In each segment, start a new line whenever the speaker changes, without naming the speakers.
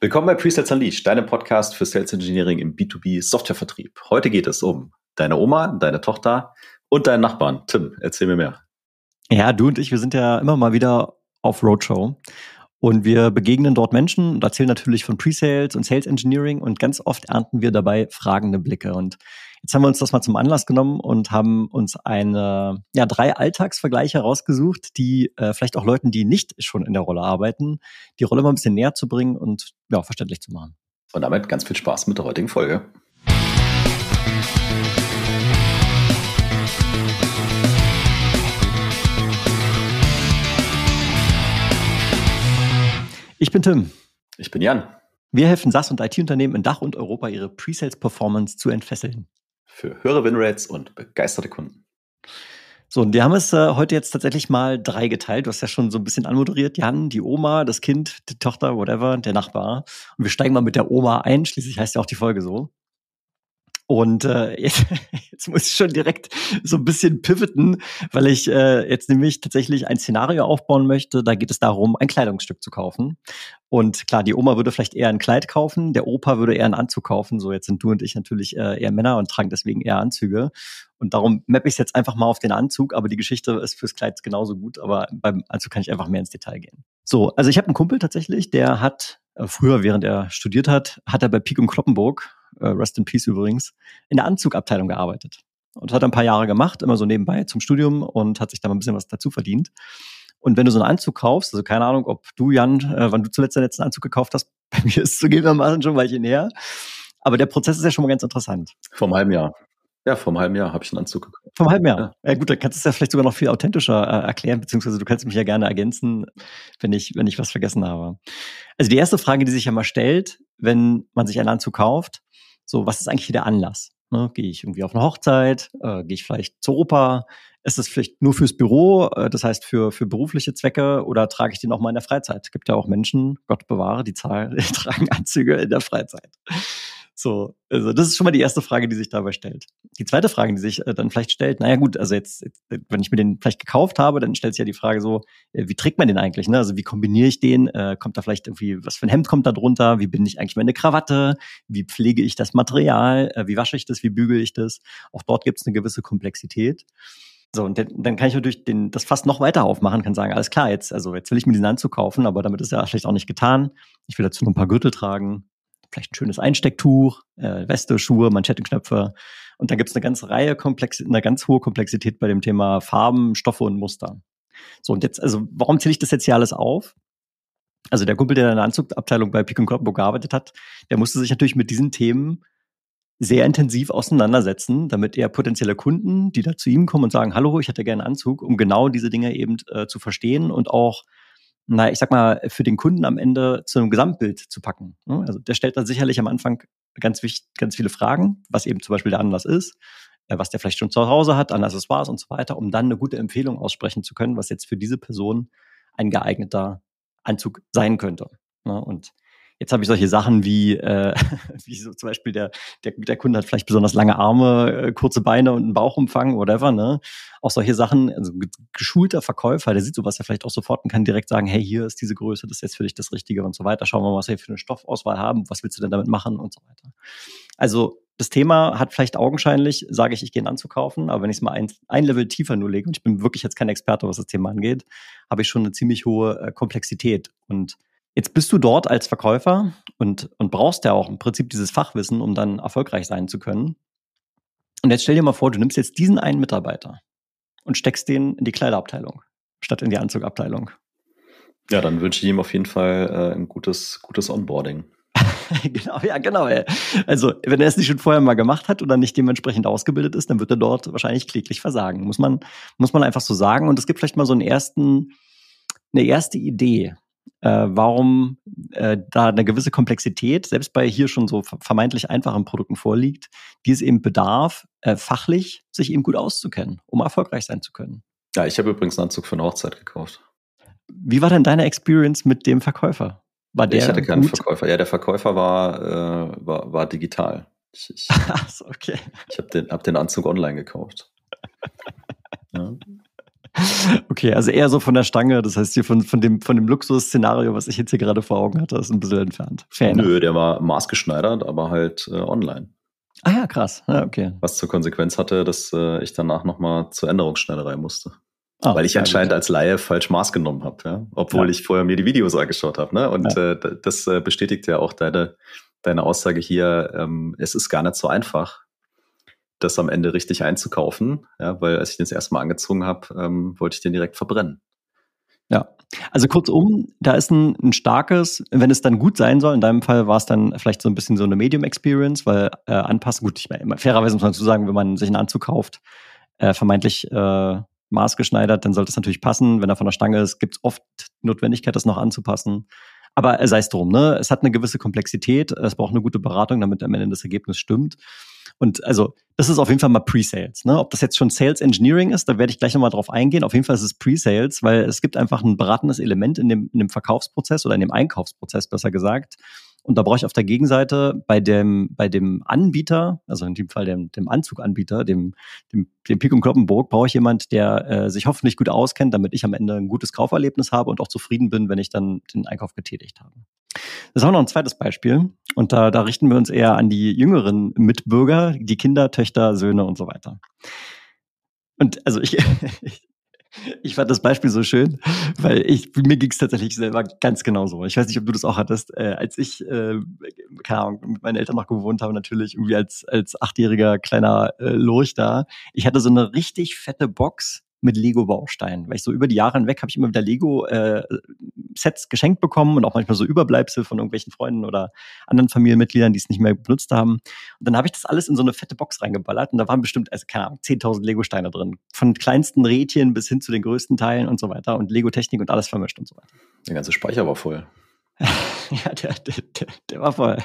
Willkommen bei Presales Unleashed, deinem Podcast für Sales Engineering im B2B-Softwarevertrieb. Heute geht es um deine Oma, deine Tochter und deinen Nachbarn. Tim, erzähl mir mehr.
Ja, du und ich, wir sind ja immer mal wieder auf Roadshow und wir begegnen dort Menschen und erzählen natürlich von Pre-Sales und Sales Engineering und ganz oft ernten wir dabei fragende Blicke. Und jetzt haben wir uns das mal zum Anlass genommen und haben uns drei Alltagsvergleiche rausgesucht, die vielleicht auch Leuten, die nicht schon in der Rolle arbeiten, die Rolle mal ein bisschen näher zu bringen und verständlich zu machen.
Und damit ganz viel Spaß mit der heutigen Folge.
Ich bin Tim.
Ich bin Jan.
Wir helfen SaaS- und IT-Unternehmen in Dach und Europa, ihre Pre-Sales-Performance zu entfesseln.
Für höhere Winrates und begeisterte Kunden.
So, und wir haben es heute jetzt tatsächlich mal 3 geteilt. Du hast ja schon so ein bisschen anmoderiert. Jan, die Oma, das Kind, die Tochter, whatever, der Nachbar. Und wir steigen mal mit der Oma ein. Schließlich heißt ja auch die Folge so. Und jetzt muss ich schon direkt so ein bisschen pivoten, weil ich jetzt nämlich tatsächlich ein Szenario aufbauen möchte. Da geht es darum, ein Kleidungsstück zu kaufen. Und klar, die Oma würde vielleicht eher ein Kleid kaufen, der Opa würde eher einen Anzug kaufen. So, jetzt sind du und ich natürlich eher Männer und tragen deswegen eher Anzüge. Und darum mappe ich es jetzt einfach mal auf den Anzug. Aber die Geschichte ist fürs Kleid genauso gut. Aber beim Anzug kann ich einfach mehr ins Detail gehen. So, also ich habe einen Kumpel tatsächlich, der hat früher, während er studiert hat er bei Pieck und Cloppenburg, Rest in Peace übrigens, in der Anzugabteilung gearbeitet. Und hat ein paar Jahre gemacht, immer so nebenbei zum Studium und hat sich da mal ein bisschen was dazu verdient. Und wenn du so einen Anzug kaufst, also keine Ahnung, ob du, Jan, wann du zuletzt den letzten Anzug gekauft hast, bei mir ist es zugegebenermaßen schon ein Weilchen her. Aber der Prozess ist ja schon mal ganz interessant.
Vor einem halben Jahr. Ja, vor einem halben Jahr habe ich einen Anzug gekauft.
Vor einem halben Jahr? Ja gut, dann kannst du es ja vielleicht sogar noch viel authentischer erklären, beziehungsweise du kannst mich ja gerne ergänzen, wenn ich was vergessen habe. Also die erste Frage, die sich ja mal stellt, wenn man sich einen Anzug kauft, so, was ist eigentlich hier der Anlass? Ne, gehe ich irgendwie auf eine Hochzeit? Gehe ich vielleicht zur Oper? Ist es vielleicht nur fürs Büro, das heißt für berufliche Zwecke, oder trage ich den auch mal in der Freizeit? Es gibt ja auch Menschen, Gott bewahre, die tragen Anzüge in der Freizeit. So, also das ist schon mal die erste Frage, die sich dabei stellt. Die zweite Frage, die sich dann vielleicht stellt, naja gut, also jetzt, wenn ich mir den vielleicht gekauft habe, dann stellt sich ja die Frage so, wie trägt man den eigentlich? Ne? Also wie kombiniere ich den? Kommt da vielleicht irgendwie, was für ein Hemd kommt da drunter? Wie binde ich eigentlich meine Krawatte? Wie pflege ich das Material? Wie wasche ich das? Wie bügele ich das? Auch dort gibt es eine gewisse Komplexität. So, und dann kann ich natürlich das fast noch weiter aufmachen, kann sagen, alles klar, jetzt will ich mir diesen Anzug kaufen, aber damit ist ja vielleicht auch nicht getan. Ich will dazu noch ein paar Gürtel tragen, vielleicht ein schönes Einstecktuch, Weste, Schuhe, Manschettenknöpfe. Und dann gibt es eine ganz hohe Komplexität bei dem Thema Farben, Stoffe und Muster. So, und jetzt, also warum zähle ich das jetzt hier alles auf? Also der Kumpel, der in der Anzugabteilung bei Pieck und Cloppenburg gearbeitet hat, der musste sich natürlich mit diesen Themen sehr intensiv auseinandersetzen, damit er potenzielle Kunden, die da zu ihm kommen und sagen, hallo, ich hätte gerne einen Anzug, um genau diese Dinge eben zu verstehen und auch, ich sag mal, für den Kunden am Ende zu einem Gesamtbild zu packen. Also der stellt dann sicherlich am Anfang ganz viele Fragen, was eben zum Beispiel der Anlass ist, was der vielleicht schon zu Hause hat, an Accessoires und so weiter, um dann eine gute Empfehlung aussprechen zu können, was jetzt für diese Person ein geeigneter Anzug sein könnte. Und jetzt habe ich solche Sachen wie so zum Beispiel der Kunde hat vielleicht besonders lange Arme, kurze Beine und einen Bauchumfang, whatever, ne? Auch solche Sachen, also geschulter Verkäufer, der sieht sowas ja vielleicht auch sofort und kann direkt sagen, hey, hier ist diese Größe, das ist jetzt für dich das Richtige und so weiter. Schauen wir mal, was wir für eine Stoffauswahl haben, was willst du denn damit machen und so weiter. Also das Thema hat vielleicht augenscheinlich, sage ich gehe einen Anzug kaufen, aber wenn ich es mal ein Level tiefer nur lege, und ich bin wirklich jetzt kein Experte, was das Thema angeht, habe ich schon eine ziemlich hohe Komplexität. Und jetzt bist du dort als Verkäufer und brauchst ja auch im Prinzip dieses Fachwissen, um dann erfolgreich sein zu können. Und jetzt stell dir mal vor, du nimmst jetzt diesen einen Mitarbeiter und steckst den in die Kleiderabteilung statt in die Anzugabteilung.
Ja, dann wünsche ich ihm auf jeden Fall ein gutes Onboarding.
Genau. Also, wenn er es nicht schon vorher mal gemacht hat oder nicht dementsprechend ausgebildet ist, dann wird er dort wahrscheinlich kläglich versagen. Muss man einfach so sagen. Und es gibt vielleicht mal so eine erste Idee, warum da eine gewisse Komplexität, selbst bei hier schon so vermeintlich einfachen Produkten vorliegt, die es eben bedarf, fachlich sich eben gut auszukennen, um erfolgreich sein zu können.
Ja, ich habe übrigens einen Anzug für eine Hochzeit gekauft.
Wie war denn deine Experience mit dem Verkäufer?
Ich hatte keinen Verkäufer. Ja, der Verkäufer war digital.
Ach so, okay.
Ich hab den Anzug online gekauft. Ja.
Okay, also eher so von der Stange, das heißt hier von dem Luxus-Szenario, was ich jetzt hier gerade vor Augen hatte, ist ein bisschen entfernt. Fair enough.
Nö, der war maßgeschneidert, aber halt online.
Ah ja, krass. Ja, okay.
Was zur Konsequenz hatte, dass ich danach nochmal zur Änderungsschneiderei musste.
Ah,
Weil ich
ja,
anscheinend
gut.
als Laie falsch Maß genommen habe, ja? Obwohl
Ja.
ich vorher mir die Videos angeschaut habe. Ne? Und
Ja.
das bestätigt ja auch deine Aussage hier, es ist gar nicht so einfach, das am Ende richtig einzukaufen, ja? Weil als ich den das erste Mal angezogen habe, wollte ich den direkt verbrennen.
Ja, also kurzum, da ist ein starkes, wenn es dann gut sein soll, in deinem Fall war es dann vielleicht so ein bisschen so eine Medium-Experience, weil anpassen, gut, ich meine, fairerweise muss man dazu sagen, wenn man sich einen Anzug kauft, vermeintlich maßgeschneidert, dann sollte es natürlich passen. Wenn er von der Stange ist, gibt es oft die Notwendigkeit, das noch anzupassen. Aber sei es drum, ne? Es hat eine gewisse Komplexität, es braucht eine gute Beratung, damit am Ende das Ergebnis stimmt. Und also, das ist auf jeden Fall mal Pre-Sales. Ne? Ob das jetzt schon Sales Engineering ist, da werde ich gleich nochmal drauf eingehen. Auf jeden Fall ist es Pre-Sales, weil es gibt einfach ein beratendes Element in dem Verkaufsprozess oder in dem Einkaufsprozess, besser gesagt. Und da brauche ich auf der Gegenseite bei dem Anbieter, also in dem Fall dem Anzuganbieter, dem Pik und Kloppenburg, brauche ich jemand, der sich hoffentlich gut auskennt, damit ich am Ende ein gutes Kauferlebnis habe und auch zufrieden bin, wenn ich dann den Einkauf getätigt habe. Das ist auch noch ein zweites Beispiel. Und da richten wir uns eher an die jüngeren Mitbürger, die Kinder, Töchter, Söhne und so weiter. Und also ich fand das Beispiel so schön, weil mir ging es tatsächlich selber ganz genauso. Ich weiß nicht, ob du das auch hattest. Als ich, keine Ahnung, mit meinen Eltern noch gewohnt habe, natürlich irgendwie als 8-jähriger kleiner Lurch da. Ich hatte so eine richtig fette Box mit Lego-Bausteinen, weil ich so über die Jahre hinweg habe ich immer wieder Lego-Sets geschenkt bekommen und auch manchmal so Überbleibsel von irgendwelchen Freunden oder anderen Familienmitgliedern, die es nicht mehr benutzt haben. Und dann habe ich das alles in so eine fette Box reingeballert und da waren bestimmt, also keine Ahnung, 10.000 Lego-Steine drin. Von kleinsten Rädchen bis hin zu den größten Teilen und so weiter und Lego-Technik und alles vermischt und so weiter.
Der ganze Speicher war voll.
Ja, der war voll.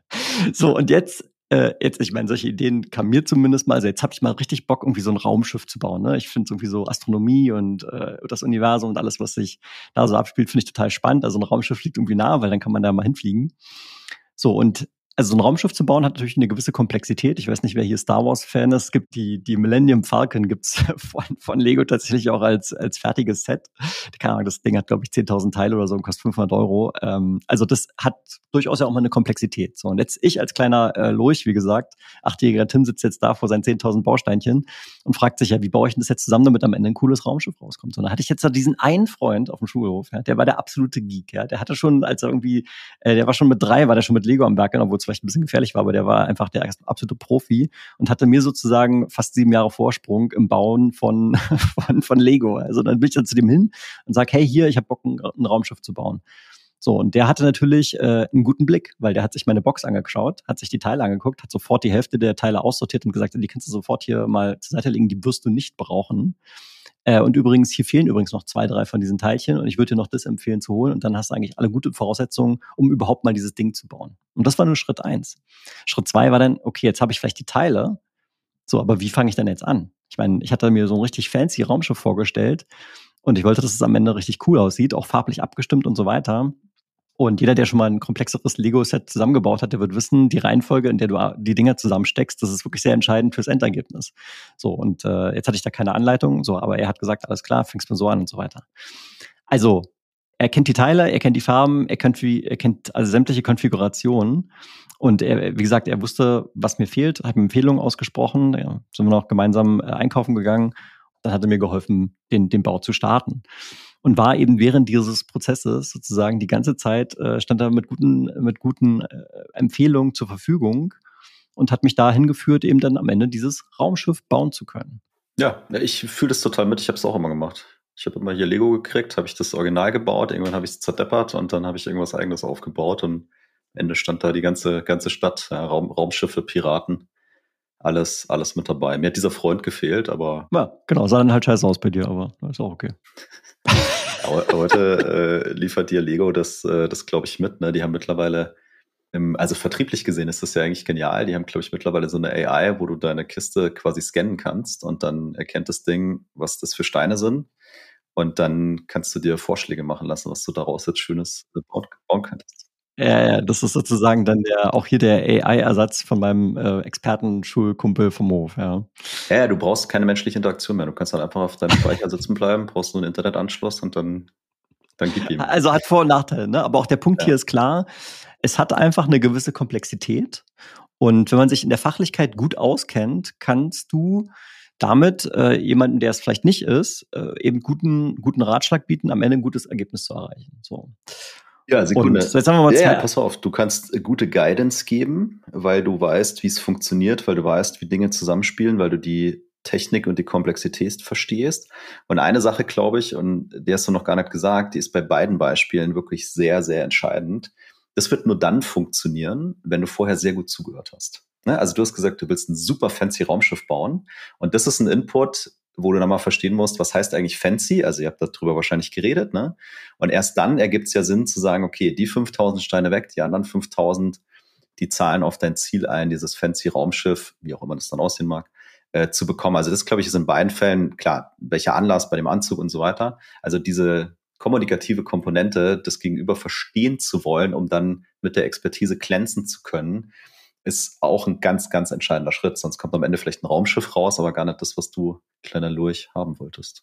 So, und jetzt, ich meine, solche Ideen kamen mir zumindest mal, also jetzt habe ich mal richtig Bock, irgendwie so ein Raumschiff zu bauen. Ne? Ich finde irgendwie so Astronomie und das Universum und alles, was sich da so abspielt, finde ich total spannend. Also ein Raumschiff liegt irgendwie nah, weil dann kann man da mal hinfliegen. So, und also so ein Raumschiff zu bauen hat natürlich eine gewisse Komplexität. Ich weiß nicht, wer hier Star Wars-Fan ist. Es gibt die Millennium Falcon gibt's von Lego tatsächlich auch als fertiges Set. Keine Ahnung, das Ding hat, glaube ich, 10.000 Teile oder so und kostet 500 Euro. Also das hat durchaus ja auch mal eine Komplexität. So, und jetzt ich als kleiner Lurch, wie gesagt, 8-jähriger Tim sitzt jetzt da vor seinen 10.000 Bausteinchen und fragt sich ja, wie baue ich denn das jetzt zusammen, damit am Ende ein cooles Raumschiff rauskommt. So, und da hatte ich jetzt da diesen einen Freund auf dem Schulhof, ja, der war der absolute Geek. Ja, der hatte schon, als er irgendwie, der war schon mit 3, war der schon mit Lego am Werkeln, obwohl es vielleicht ein bisschen gefährlich war, aber der war einfach der absolute Profi und hatte mir sozusagen fast 7 Jahre Vorsprung im Bauen von Lego. Also dann bin ich dann zu dem hin und sage, hey, hier, ich habe Bock, ein Raumschiff zu bauen. So, und der hatte natürlich einen guten Blick, weil der hat sich meine Box angeschaut, hat sich die Teile angeguckt, hat sofort die Hälfte der Teile aussortiert und gesagt, die kannst du sofort hier mal zur Seite legen, die wirst du nicht brauchen. Und übrigens, hier fehlen übrigens noch 2, 3 von diesen Teilchen und ich würde dir noch das empfehlen zu holen und dann hast du eigentlich alle gute Voraussetzungen, um überhaupt mal dieses Ding zu bauen. Und das war nur Schritt 1. Schritt 2 war dann, okay, jetzt habe ich vielleicht die Teile, so, aber wie fange ich denn jetzt an? Ich meine, ich hatte mir so ein richtig fancy Raumschiff vorgestellt und ich wollte, dass es am Ende richtig cool aussieht, auch farblich abgestimmt und so weiter. Und jeder, der schon mal ein komplexeres Lego-Set zusammengebaut hat, der wird wissen, die Reihenfolge, in der du die Dinger zusammensteckst, das ist wirklich sehr entscheidend fürs Endergebnis. So, und jetzt hatte ich da keine Anleitung, so, aber er hat gesagt, alles klar, fängst mir so an und so weiter. Also, er kennt die Teile, er kennt die Farben, er kennt also sämtliche Konfigurationen. Und wie gesagt, er wusste, was mir fehlt, hat mir Empfehlungen ausgesprochen, ja, sind wir noch gemeinsam einkaufen gegangen. Dann hat er mir geholfen, den Bau zu starten. Und war eben während dieses Prozesses sozusagen die ganze Zeit, stand er mit guten Empfehlungen zur Verfügung und hat mich dahin geführt, eben dann am Ende dieses Raumschiff bauen zu können.
Ja, ich fühle das total mit. Ich habe es auch immer gemacht. Ich habe immer hier Lego gekriegt, habe ich das Original gebaut, irgendwann habe ich es zerdeppert und dann habe ich irgendwas Eigenes aufgebaut und am Ende stand da die ganze Stadt, ja, Raumschiffe, Piraten, alles mit dabei. Mir hat dieser Freund gefehlt, aber
Ja, genau, sah dann halt scheiße aus bei dir, aber ist auch okay.
heute liefert dir Lego das glaube ich, mit. Ne? Die haben mittlerweile, also vertrieblich gesehen ist das ja eigentlich genial. Die haben, glaube ich, mittlerweile so eine AI, wo du deine Kiste quasi scannen kannst und dann erkennt das Ding, was das für Steine sind. Und dann kannst du dir Vorschläge machen lassen, was du daraus jetzt Schönes bauen könntest.
Ja, das ist sozusagen dann auch hier der AI-Ersatz von meinem Expertenschulkumpel vom Hof, ja.
Ja, du brauchst keine menschliche Interaktion mehr. Du kannst dann einfach auf deinem Speicher sitzen bleiben, brauchst nur einen Internetanschluss und dann gib ihm.
Also hat Vor- und Nachteile, ne? Aber auch der Punkt
Ja.
hier ist klar, es hat einfach eine gewisse Komplexität. Und wenn man sich in der Fachlichkeit gut auskennt, kannst du damit jemanden, der es vielleicht nicht ist, eben guten Ratschlag bieten, am Ende ein gutes Ergebnis zu erreichen. So.
Ja,
Und
Sekunde.
so jetzt haben wir mal
Ja,
zwei.
pass auf, du kannst gute Guidance geben, weil du weißt, wie es funktioniert, weil du weißt, wie Dinge zusammenspielen, weil du die Technik und die Komplexität verstehst. Und eine Sache, glaube ich, und die hast du noch gar nicht gesagt, die ist bei beiden Beispielen wirklich sehr, sehr entscheidend. Das wird nur dann funktionieren, wenn du vorher sehr gut zugehört hast. Ne? Also du hast gesagt, du willst ein super fancy Raumschiff bauen. Und das ist ein Input, wo du dann mal verstehen musst, was heißt eigentlich fancy? Also ihr habt darüber wahrscheinlich geredet, ne? Und erst dann ergibt es ja Sinn zu sagen, okay, die 5000 Steine weg, die anderen 5000, die zahlen auf dein Ziel ein, dieses fancy Raumschiff, wie auch immer das dann aussehen mag, zu bekommen. Also das, glaube ich, ist in beiden Fällen, klar, welcher Anlass bei dem Anzug und so weiter. Also diese kommunikative Komponente, das Gegenüber verstehen zu wollen, um dann mit der Expertise glänzen zu können, ist auch ein ganz, ganz entscheidender Schritt. Sonst kommt am Ende vielleicht ein Raumschiff raus, aber gar nicht das, was du, kleiner Lurch, haben wolltest.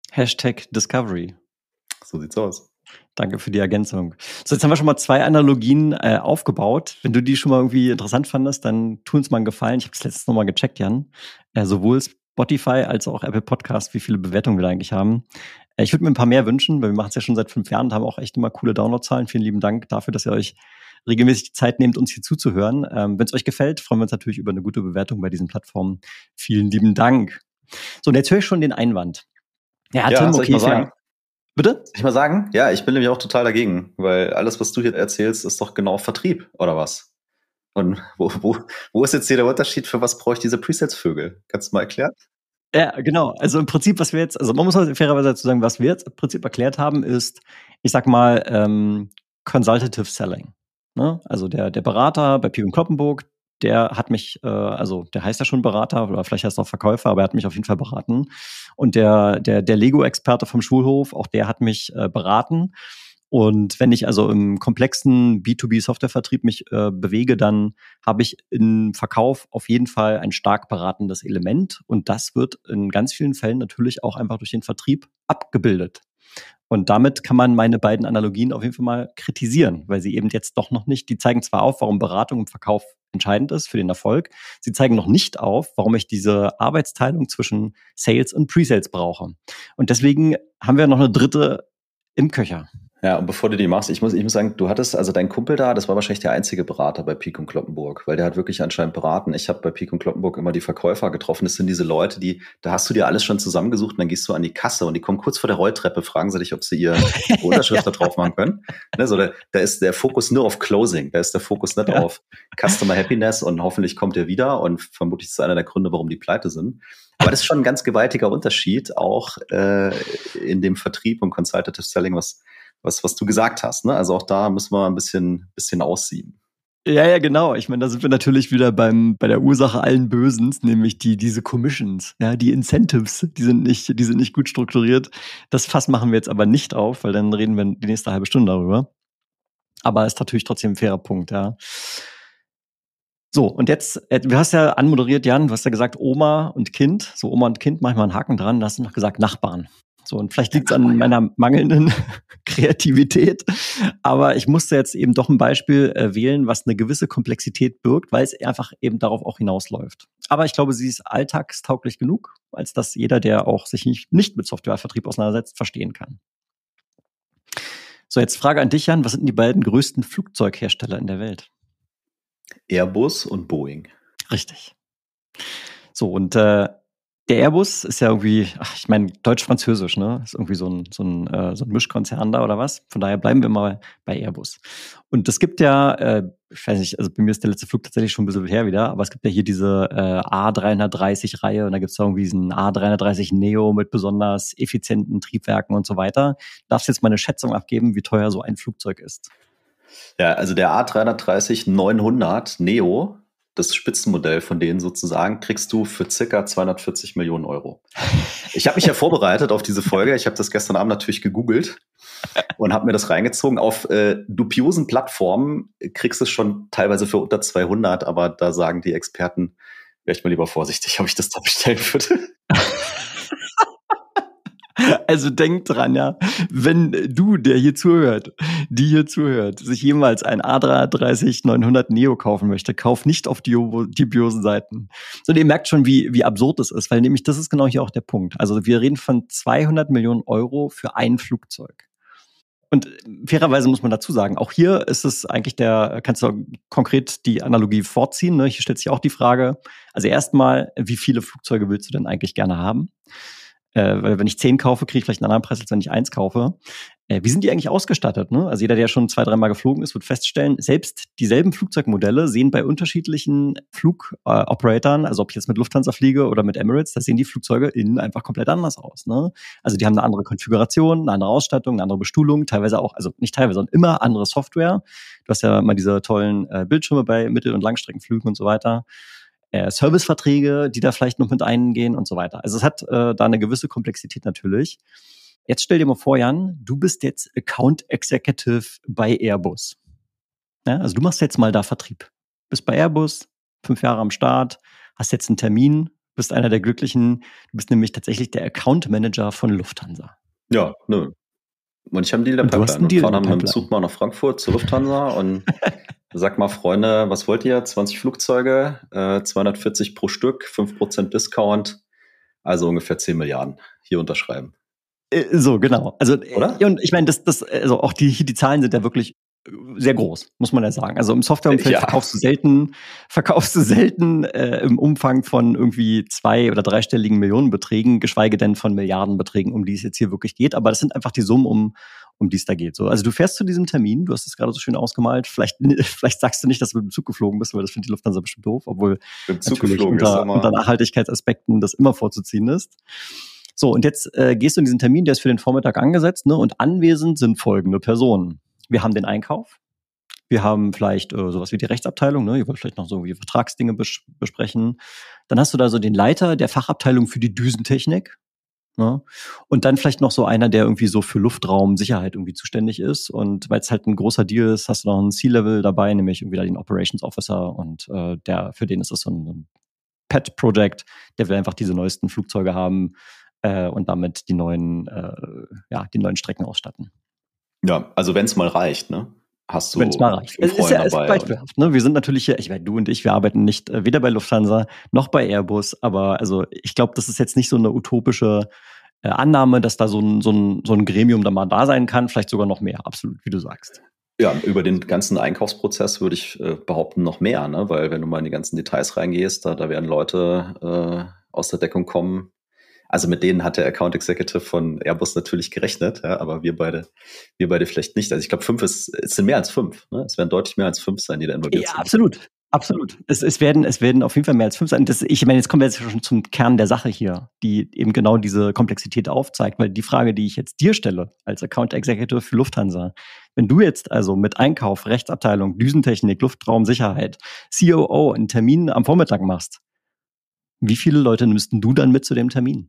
#Discovery.
So sieht's aus.
Danke für die Ergänzung. So, jetzt haben wir schon mal 2 Analogien aufgebaut. Wenn du die schon mal irgendwie interessant fandest, dann tu uns mal einen Gefallen. Ich habe das letztes nochmal gecheckt, Jan. Sowohl Spotify als auch Apple Podcast, wie viele Bewertungen wir da eigentlich haben. Ich würde mir ein paar mehr wünschen, weil wir machen es ja schon seit 5 Jahren und haben auch echt immer coole Downloadzahlen. Vielen lieben Dank dafür, dass ihr euch regelmäßig die Zeit nehmt, uns hier zuzuhören. Wenn es euch gefällt, freuen wir uns natürlich über eine gute Bewertung bei diesen Plattformen. Vielen lieben Dank. So, und jetzt höre ich schon den Einwand. Ja,
Ja,
Tim,
soll ich mal sagen?
Bitte?
Soll ich mal sagen? Ja, ich bin nämlich auch total dagegen, weil alles, was du hier erzählst, ist doch genau Vertrieb, oder was? Und wo ist jetzt hier der Unterschied, für was brauche ich diese Presets-Vögel? Kannst du mal erklären?
Ja, genau. Also im Prinzip, also man muss halt fairerweise dazu sagen, was wir jetzt im Prinzip erklärt haben, ist, ich sag mal, Consultative Selling. Ne? Also der Berater bei Pico Kloppenburg, der hat mich, also der heißt ja schon Berater oder vielleicht heißt er auch Verkäufer, aber er hat mich auf jeden Fall beraten. Und der Lego-Experte vom Schulhof, auch der hat mich beraten. Und wenn ich also im komplexen B2B-Softwarevertrieb mich bewege, dann habe ich im Verkauf auf jeden Fall ein stark beratendes Element. Und das wird in ganz vielen Fällen natürlich auch einfach durch den Vertrieb abgebildet. Und damit kann man meine beiden Analogien auf jeden Fall mal kritisieren, weil sie eben jetzt doch noch nicht, die zeigen zwar auf, warum Beratung im Verkauf entscheidend ist für den Erfolg, sie zeigen noch nicht auf, warum ich diese Arbeitsteilung zwischen Sales und Pre-Sales brauche. Und deswegen haben wir noch eine dritte im Köcher.
Ja, und bevor du die machst, ich muss sagen, du hattest, also dein Kumpel da, das war wahrscheinlich der einzige Berater bei Pieck und Kloppenburg, weil der hat wirklich anscheinend beraten. Ich habe bei Pieck und Kloppenburg immer die Verkäufer getroffen. Das sind diese Leute, da hast du dir alles schon zusammengesucht und dann gehst du an die Kasse und die kommen kurz vor der Rolltreppe, fragen sie dich, ob sie ihre Unterschrift da drauf machen können. Ne, so da ist der Fokus nur auf Closing, da ist der Fokus nicht auf Customer Happiness und hoffentlich kommt er wieder und vermutlich ist das einer der Gründe, warum die pleite sind. Aber das ist schon ein ganz gewaltiger Unterschied, auch in dem Vertrieb und Consultative Selling, was du gesagt hast, ne? Also auch da müssen wir ein bisschen aussieben.
Ja, genau. Ich meine, da sind wir natürlich wieder bei der Ursache allen Bösens, nämlich diese Commissions, ja, die Incentives, die sind nicht gut strukturiert. Das Fass machen wir jetzt aber nicht auf, weil dann reden wir die nächste halbe Stunde darüber. Aber ist natürlich trotzdem ein fairer Punkt, ja. So, und jetzt, du hast ja anmoderiert, Jan, du hast ja gesagt Oma und Kind. So, Oma und Kind, mach ich mal einen Haken dran. Da hast du noch gesagt Nachbarn. So, und vielleicht liegt es an meiner mangelnden Kreativität. Aber ich musste jetzt eben doch ein Beispiel wählen, was eine gewisse Komplexität birgt, weil es einfach eben darauf auch hinausläuft. Aber ich glaube, sie ist alltagstauglich genug, als dass jeder, der auch sich nicht mit Softwarevertrieb auseinandersetzt, verstehen kann. So, jetzt Frage an dich, Jan. Was sind denn die beiden größten Flugzeughersteller in der Welt?
Airbus und Boeing.
Richtig. So, und der Airbus ist ja irgendwie, ich meine, deutsch-französisch, ne? Ist irgendwie so ein Mischkonzern da oder was? Von daher bleiben wir mal bei Airbus. Und es gibt ja, ich weiß nicht, also bei mir ist der letzte Flug tatsächlich schon ein bisschen her wieder, aber es gibt ja hier diese A330-Reihe und da gibt es irgendwie diesen A330 Neo mit besonders effizienten Triebwerken und so weiter. Darfst jetzt mal eine Schätzung abgeben, wie teuer so ein Flugzeug ist?
Ja, also der A330-900 Neo das Spitzenmodell von denen sozusagen, kriegst du für circa 240 Millionen Euro. Ich habe mich ja vorbereitet auf diese Folge. Ich habe das gestern Abend natürlich gegoogelt und habe mir das reingezogen. Auf dubiosen Plattformen kriegst du es schon teilweise für unter 200, aber da sagen die Experten, wäre ich mal lieber vorsichtig, ob ich das da bestellen würde.
Also denk dran, ja, wenn du, der hier zuhört, die hier zuhört, sich jemals ein A330-900 Neo kaufen möchte, kauf nicht auf dubiosen Seiten. Sondern ihr merkt schon, wie absurd es ist, weil nämlich das ist genau hier auch der Punkt. Also wir reden von 200 Millionen Euro für ein Flugzeug. Und fairerweise muss man dazu sagen, auch hier ist es eigentlich kannst du konkret die Analogie vorziehen, ne? Hier stellt sich auch die Frage, also erstmal, wie viele Flugzeuge willst du denn eigentlich gerne haben? Weil wenn ich 10 kaufe, kriege ich vielleicht einen anderen Preis, als wenn ich 1 kaufe. Wie sind die eigentlich ausgestattet? Ne? Also jeder, der schon 2, 3 Mal geflogen ist, wird feststellen, selbst dieselben Flugzeugmodelle sehen bei unterschiedlichen Flugoperatoren, also ob ich jetzt mit Lufthansa fliege oder mit Emirates, da sehen die Flugzeuge innen einfach komplett anders aus. Ne? Also die haben eine andere Konfiguration, eine andere Ausstattung, eine andere Bestuhlung, teilweise auch, also nicht teilweise, sondern immer andere Software. Du hast ja mal diese tollen Bildschirme bei Mittel- und Langstreckenflügen und so weiter. Serviceverträge, die da vielleicht noch mit eingehen und so weiter. Also es hat da eine gewisse Komplexität natürlich. Jetzt stell dir mal vor, Jan, du bist jetzt Account Executive bei Airbus. Ja, also du machst jetzt mal da Vertrieb. Bist bei Airbus, 5 Jahre am Start, hast jetzt einen Termin, bist einer der Glücklichen. Du bist nämlich tatsächlich der Account Manager von Lufthansa.
Ja, nö. Und ich habe einen Deal in der Pipeline. Wir fahren dann mit dem Zug mal nach Frankfurt zur Lufthansa und sag mal, Freunde, was wollt ihr? 20 Flugzeuge, 240 pro Stück, 5% Discount, also ungefähr 10 Milliarden. Hier unterschreiben.
So, genau. Also,
oder?
Und ich meine, also auch die Zahlen sind ja wirklich sehr groß, muss man ja sagen. Also im Softwareumfeld verkaufst du selten im Umfang von irgendwie 2- oder 3-stelligen Millionenbeträgen, geschweige denn von Milliardenbeträgen, um die es jetzt hier wirklich geht. Aber das sind einfach die Summen, um die es da geht. So, also du fährst zu diesem Termin, du hast es gerade so schön ausgemalt. Vielleicht sagst du nicht, dass du mit dem Zug geflogen bist, weil das findet die Lufthansa bestimmt doof, obwohl natürlich unter Nachhaltigkeitsaspekten das immer vorzuziehen ist. So, und jetzt gehst du in diesen Termin, der ist für den Vormittag angesetzt, ne? Und anwesend sind folgende Personen. Wir haben den Einkauf. Wir haben vielleicht sowas wie die Rechtsabteilung, ne? Ihr wollt vielleicht noch so irgendwie Vertragsdinge besprechen. Dann hast du da so den Leiter der Fachabteilung für die Düsentechnik. Ne? Und dann vielleicht noch so einer, der irgendwie so für Luftraumsicherheit irgendwie zuständig ist. Und weil es halt ein großer Deal ist, hast du noch einen C-Level dabei, nämlich irgendwie da den Operations Officer. Und für den ist das so ein Pet-Project. Der will einfach diese neuesten Flugzeuge haben und damit die neuen Strecken ausstatten.
Ja, also wenn es mal reicht, ne? Hast du
wenn es mal reicht. Es ist ja beispielhaft. Ne? Wir sind natürlich hier, ich meine, du und ich, wir arbeiten nicht weder bei Lufthansa noch bei Airbus, aber also ich glaube, das ist jetzt nicht so eine utopische Annahme, dass da so ein Gremium da mal da sein kann, vielleicht sogar noch mehr, absolut, wie du sagst.
Ja, über den ganzen Einkaufsprozess würde ich behaupten noch mehr, ne? Weil wenn du mal in die ganzen Details reingehst, da werden Leute aus der Deckung kommen. Also mit denen hat der Account Executive von Airbus natürlich gerechnet, ja, aber wir beide vielleicht nicht. Also ich glaube, es sind mehr als 5. Ne? Es werden deutlich mehr als 5 sein, die da involviert sind.
Ja, absolut. Es werden auf jeden Fall mehr als 5 sein. Ich meine, jetzt kommen wir jetzt schon zum Kern der Sache hier, die eben genau diese Komplexität aufzeigt, weil die Frage, die ich jetzt dir stelle, als Account Executive für Lufthansa, wenn du jetzt also mit Einkauf, Rechtsabteilung, Düsentechnik, Luftraumsicherheit, COO einen Termin am Vormittag machst, wie viele Leute nimmst du dann mit zu dem Termin?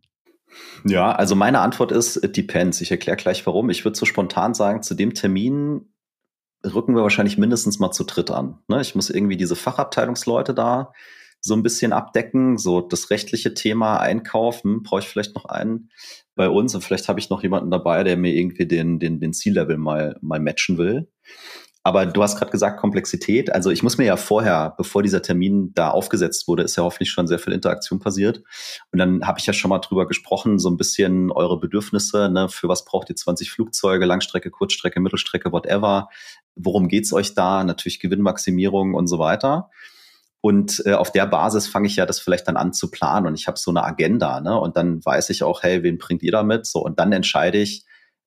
Ja, also meine Antwort ist, it depends. Ich erkläre gleich warum. Ich würde so spontan sagen, zu dem Termin rücken wir wahrscheinlich mindestens mal zu dritt an. Ne? Ich muss irgendwie diese Fachabteilungsleute da so ein bisschen abdecken, so das rechtliche Thema einkaufen, brauche ich vielleicht noch einen bei uns und vielleicht habe ich noch jemanden dabei, der mir irgendwie den C-Level mal matchen will. Aber du hast gerade gesagt, Komplexität. Also ich muss mir ja vorher, bevor dieser Termin da aufgesetzt wurde, ist ja hoffentlich schon sehr viel Interaktion passiert. Und dann habe ich ja schon mal drüber gesprochen, so ein bisschen eure Bedürfnisse, ne? Für was braucht ihr 20 Flugzeuge, Langstrecke, Kurzstrecke, Mittelstrecke, whatever. Worum geht's euch da? Natürlich Gewinnmaximierung und so weiter. Und auf der Basis fange ich ja das vielleicht dann an zu planen und ich habe so eine Agenda, ne? Und dann weiß ich auch, hey, wen bringt ihr da mit? So, und dann entscheide ich,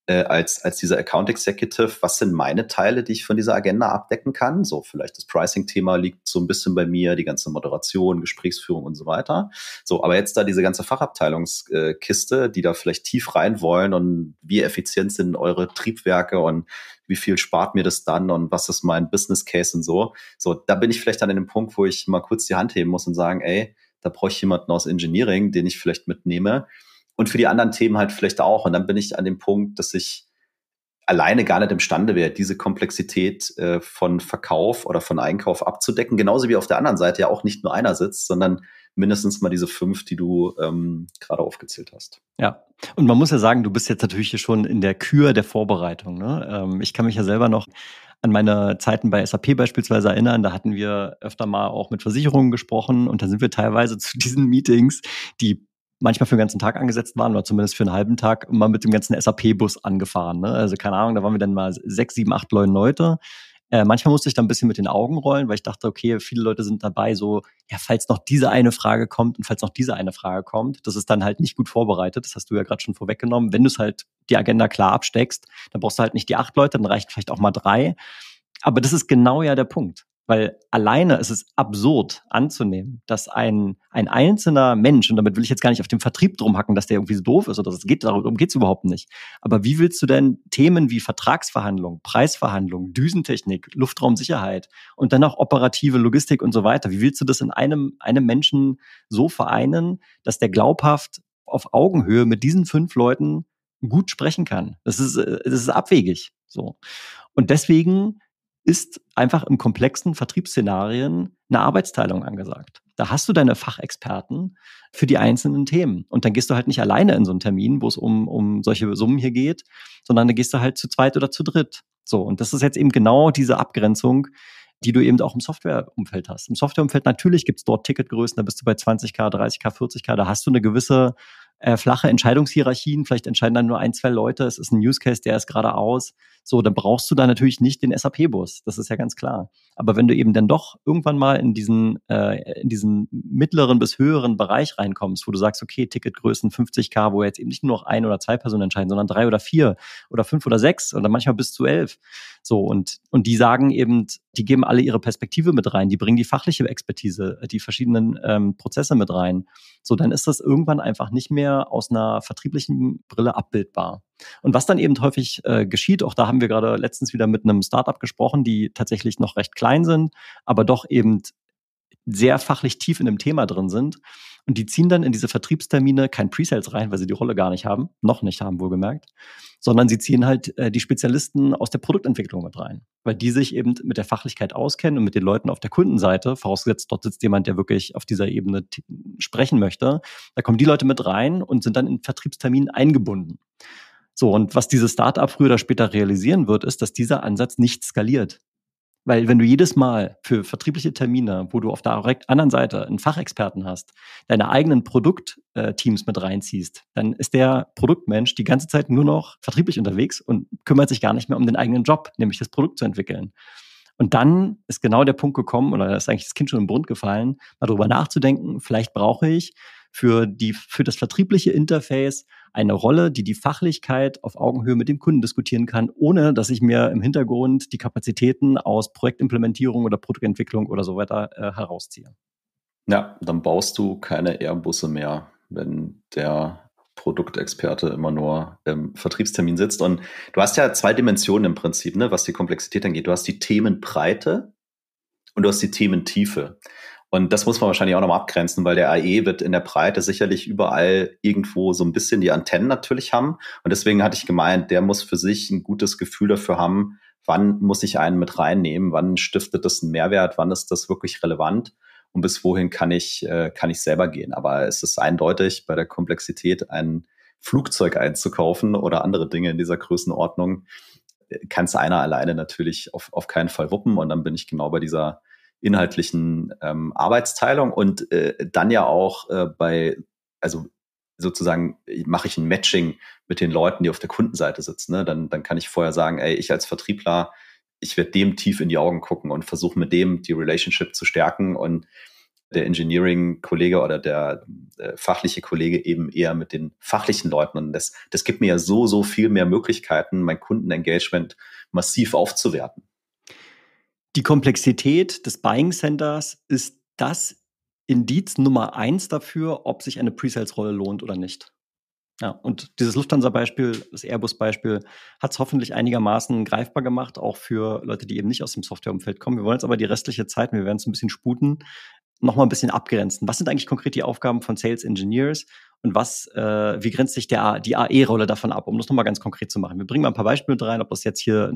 als dieser Account Executive, was sind meine Teile, die ich von dieser Agenda abdecken kann? So, vielleicht das Pricing-Thema liegt so ein bisschen bei mir, die ganze Moderation, Gesprächsführung und so weiter. So, aber jetzt da diese ganze Fachabteilungskiste, die da vielleicht tief rein wollen und wie effizient sind eure Triebwerke und wie viel spart mir das dann und was ist mein Business Case und so. So, da bin ich vielleicht dann in dem Punkt, wo ich mal kurz die Hand heben muss und sagen, ey, da brauche ich jemanden aus Engineering, den ich vielleicht mitnehme. Und für die anderen Themen halt vielleicht auch. Und dann bin ich an dem Punkt, dass ich alleine gar nicht imstande wäre, diese Komplexität von Verkauf oder von Einkauf abzudecken. Genauso wie auf der anderen Seite ja auch nicht nur einer sitzt, sondern mindestens mal diese 5, die du gerade aufgezählt hast.
Ja, und man muss ja sagen, du bist jetzt natürlich hier schon in der Kür der Vorbereitung. Ne? Ich kann mich ja selber noch an meine Zeiten bei SAP beispielsweise erinnern. Da hatten wir öfter mal auch mit Versicherungen gesprochen und da sind wir teilweise zu diesen Meetings, die manchmal für den ganzen Tag angesetzt waren oder zumindest für einen halben Tag, mal mit dem ganzen SAP-Bus angefahren. Ne? Also keine Ahnung, da waren wir dann mal 6, 7, 8 Leute. Manchmal musste ich da ein bisschen mit den Augen rollen, weil ich dachte, okay, viele Leute sind dabei so, ja, falls noch diese eine Frage kommt und falls noch diese eine Frage kommt, das ist dann halt nicht gut vorbereitet. Das hast du ja gerade schon vorweggenommen. Wenn du es halt die Agenda klar absteckst, dann brauchst du halt nicht die 8 Leute, dann reicht vielleicht auch mal 3. Aber das ist genau ja der Punkt. Weil alleine ist es absurd anzunehmen, dass ein einzelner Mensch, und damit will ich jetzt gar nicht auf den Vertrieb drum hacken, dass der irgendwie so doof ist oder das geht, darum geht's überhaupt nicht. Aber wie willst du denn Themen wie Vertragsverhandlungen, Preisverhandlungen, Düsentechnik, Luftraumsicherheit und dann auch operative Logistik und so weiter, wie willst du das in einem Menschen so vereinen, dass der glaubhaft auf Augenhöhe mit diesen 5 Leuten gut sprechen kann? Das ist abwegig, so. Und deswegen ist einfach im komplexen Vertriebsszenarien eine Arbeitsteilung angesagt. Da hast du deine Fachexperten für die einzelnen Themen. Und dann gehst du halt nicht alleine in so einen Termin, wo es um solche Summen hier geht, sondern dann gehst du halt zu zweit oder zu dritt. So, und das ist jetzt eben genau diese Abgrenzung, die du eben auch im Softwareumfeld hast. Im Softwareumfeld natürlich gibt es dort Ticketgrößen, da bist du bei 20.000, 30.000, 40.000, da hast du eine gewisse flache Entscheidungshierarchien, vielleicht entscheiden dann nur 1, 2 Leute, es ist ein Use Case, der ist gerade aus. So, dann brauchst du da natürlich nicht den SAP-Bus, das ist ja ganz klar. Aber wenn du eben dann doch irgendwann mal in diesen mittleren bis höheren Bereich reinkommst, wo du sagst, okay, Ticketgrößen 50.000, wo jetzt eben nicht nur noch 1 oder 2 Personen entscheiden, sondern 3 oder 4 oder 5 oder 6 oder manchmal bis zu 11. So, und die sagen eben, die geben alle ihre Perspektive mit rein, die bringen die fachliche Expertise, die verschiedenen Prozesse mit rein. So, dann ist das irgendwann einfach nicht mehr aus einer vertrieblichen Brille abbildbar. Und was dann eben häufig geschieht, auch da haben wir gerade letztens wieder mit einem Startup gesprochen, die tatsächlich noch recht klein sind, aber doch eben sehr fachlich tief in dem Thema drin sind. Und die ziehen dann in diese Vertriebstermine kein Pre-Sales rein, weil sie die Rolle gar nicht haben, noch nicht haben, wohlgemerkt, sondern sie ziehen halt die Spezialisten aus der Produktentwicklung mit rein, weil die sich eben mit der Fachlichkeit auskennen und mit den Leuten auf der Kundenseite, vorausgesetzt, dort sitzt jemand, der wirklich auf dieser Ebene sprechen möchte, da kommen die Leute mit rein und sind dann in Vertriebsterminen eingebunden. So, und was dieses Startup früher oder später realisieren wird, ist, dass dieser Ansatz nicht skaliert. Weil wenn du jedes Mal für vertriebliche Termine, wo du auf der anderen Seite einen Fachexperten hast, deine eigenen Produktteams mit reinziehst, dann ist der Produktmensch die ganze Zeit nur noch vertrieblich unterwegs und kümmert sich gar nicht mehr um den eigenen Job, nämlich das Produkt zu entwickeln. Und dann ist genau der Punkt gekommen, oder ist eigentlich das Kind schon im Brunnen gefallen, mal darüber nachzudenken, vielleicht brauche ich für das vertriebliche Interface eine Rolle, die Fachlichkeit auf Augenhöhe mit dem Kunden diskutieren kann, ohne dass ich mir im Hintergrund die Kapazitäten aus Projektimplementierung oder Produktentwicklung oder so weiter herausziehe.
Ja, dann baust du keine Airbusse mehr, wenn der Produktexperte immer nur im Vertriebstermin sitzt. Und du hast ja 2 Dimensionen im Prinzip, ne, was die Komplexität angeht. Du hast die Themenbreite und du hast die Thementiefe. Und das muss man wahrscheinlich auch nochmal abgrenzen, weil der AE wird in der Breite sicherlich überall irgendwo so ein bisschen die Antennen natürlich haben. Und deswegen hatte ich gemeint, der muss für sich ein gutes Gefühl dafür haben, wann muss ich einen mit reinnehmen, wann stiftet das einen Mehrwert, wann ist das wirklich relevant und bis wohin kann ich selber gehen. Aber es ist eindeutig bei der Komplexität, ein Flugzeug einzukaufen oder andere Dinge in dieser Größenordnung, kann es einer alleine natürlich auf keinen Fall wuppen. Und dann bin ich genau bei dieser inhaltlichen Arbeitsteilung und dann ja auch also sozusagen mache ich ein Matching mit den Leuten, die auf der Kundenseite sitzen. Ne? Dann kann ich vorher sagen, ey, ich als Vertriebler, ich werde dem tief in die Augen gucken und versuche mit dem die Relationship zu stärken und der Engineering-Kollege oder der fachliche Kollege eben eher mit den fachlichen Leuten. Und das gibt mir ja so viel mehr Möglichkeiten, mein Kundenengagement massiv aufzuwerten.
Die Komplexität des Buying Centers ist das Indiz Nummer 1 dafür, ob sich eine Pre-Sales-Rolle lohnt oder nicht. Ja, und dieses Lufthansa-Beispiel, das Airbus-Beispiel, hat es hoffentlich einigermaßen greifbar gemacht, auch für Leute, die eben nicht aus dem Softwareumfeld kommen. Wir wollen jetzt aber die restliche Zeit, wir werden es ein bisschen sputen, nochmal ein bisschen abgrenzen. Was sind eigentlich konkret die Aufgaben von Sales Engineers und wie grenzt sich die AE-Rolle davon ab, um das nochmal ganz konkret zu machen? Wir bringen mal ein paar Beispiele mit rein, ob das jetzt hier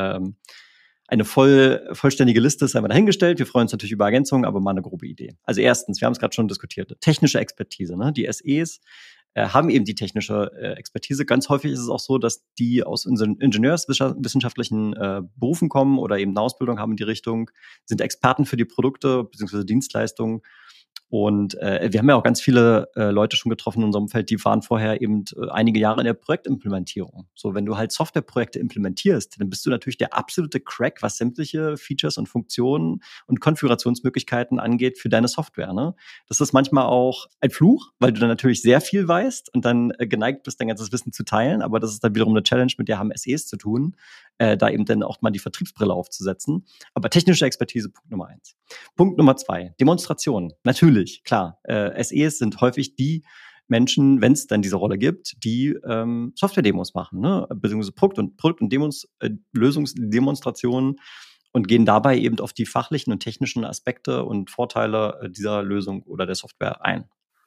eine vollständige Liste ist, einmal dahingestellt. Wir freuen uns natürlich über Ergänzungen, aber mal eine grobe Idee. Also erstens, wir haben es gerade schon diskutiert, technische Expertise. Ne? Die SEs haben eben die technische Expertise. Ganz häufig ist es auch so, dass die aus unseren ingenieurswissenschaftlichen Berufen kommen oder eben eine Ausbildung haben in die Richtung, sind Experten für die Produkte bzw. Dienstleistungen. Und wir haben ja auch ganz viele Leute schon getroffen in unserem Umfeld, die waren vorher eben einige Jahre in der Projektimplementierung. So, wenn du halt Softwareprojekte implementierst, dann bist du natürlich der absolute Crack, was sämtliche Features und Funktionen und Konfigurationsmöglichkeiten angeht für deine Software. Ne? Das ist manchmal auch ein Fluch, weil du dann natürlich sehr viel weißt und dann geneigt bist, dein ganzes Wissen zu teilen. Aber das ist dann wiederum eine Challenge, mit der haben SEs zu tun, da eben dann auch mal die Vertriebsbrille aufzusetzen. Aber technische Expertise, Punkt Nummer 1. Punkt Nummer 2, Demonstration. Natürlich, klar. SEs sind häufig die Menschen, wenn es dann diese Rolle gibt, die Software-Demos machen, ne? Beziehungsweise Produkt- und Lösungsdemonstrationen und gehen dabei eben auf die fachlichen und technischen Aspekte und Vorteile dieser Lösung oder der Software ein.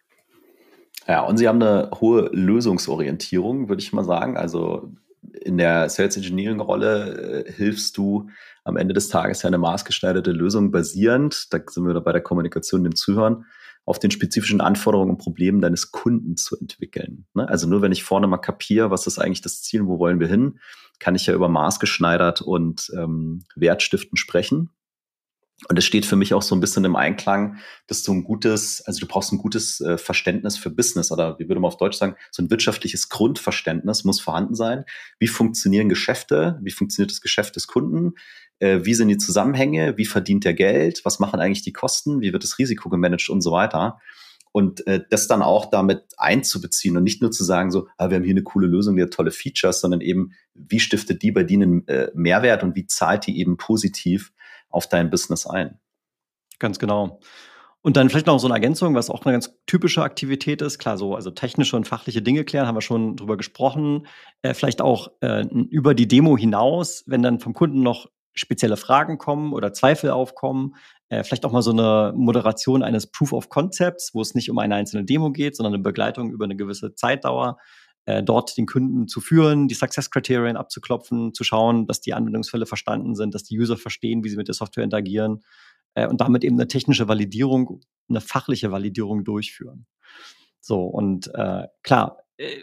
Ja, und sie haben eine hohe Lösungsorientierung, würde ich mal sagen. Also in der Sales Engineering Rolle hilfst du am Ende des Tages ja eine maßgeschneiderte Lösung basierend, da sind wir bei der Kommunikation, dem Zuhören, auf den spezifischen Anforderungen und Problemen deines Kunden zu entwickeln. Ne? Also nur wenn ich vorne mal kapiere, was ist eigentlich das Ziel, wo wollen wir hin, kann ich ja über maßgeschneidert und wertstiftend sprechen. Und es steht für mich auch so ein bisschen im Einklang, dass du du brauchst ein gutes Verständnis für Business oder wie würde man auf Deutsch sagen, so ein wirtschaftliches Grundverständnis muss vorhanden sein. Wie funktionieren Geschäfte? Wie funktioniert das Geschäft des Kunden? Wie sind die Zusammenhänge? Wie verdient der Geld? Was machen eigentlich die Kosten? Wie wird das Risiko gemanagt und so weiter? Und das dann auch damit einzubeziehen und nicht nur zu sagen, so, wir haben hier eine coole Lösung, die hat tolle Features, sondern eben, wie stiftet die bei denen Mehrwert und wie zahlt die eben positiv auf dein Business ein?
Ganz genau. Und dann vielleicht noch so eine Ergänzung, was auch eine ganz typische Aktivität ist. Klar, also technische und fachliche Dinge klären, haben wir schon drüber gesprochen. Vielleicht auch über die Demo hinaus, wenn dann vom Kunden noch spezielle Fragen kommen oder Zweifel aufkommen, vielleicht auch mal so eine Moderation eines Proof of Concepts, wo es nicht um eine einzelne Demo geht, sondern eine Begleitung über eine gewisse Zeitdauer, dort den Kunden zu führen, die Success-Kriterien abzuklopfen, zu schauen, dass die Anwendungsfälle verstanden sind, dass die User verstehen, wie sie mit der Software interagieren und damit eben eine technische Validierung, eine fachliche Validierung durchführen. So, und klar,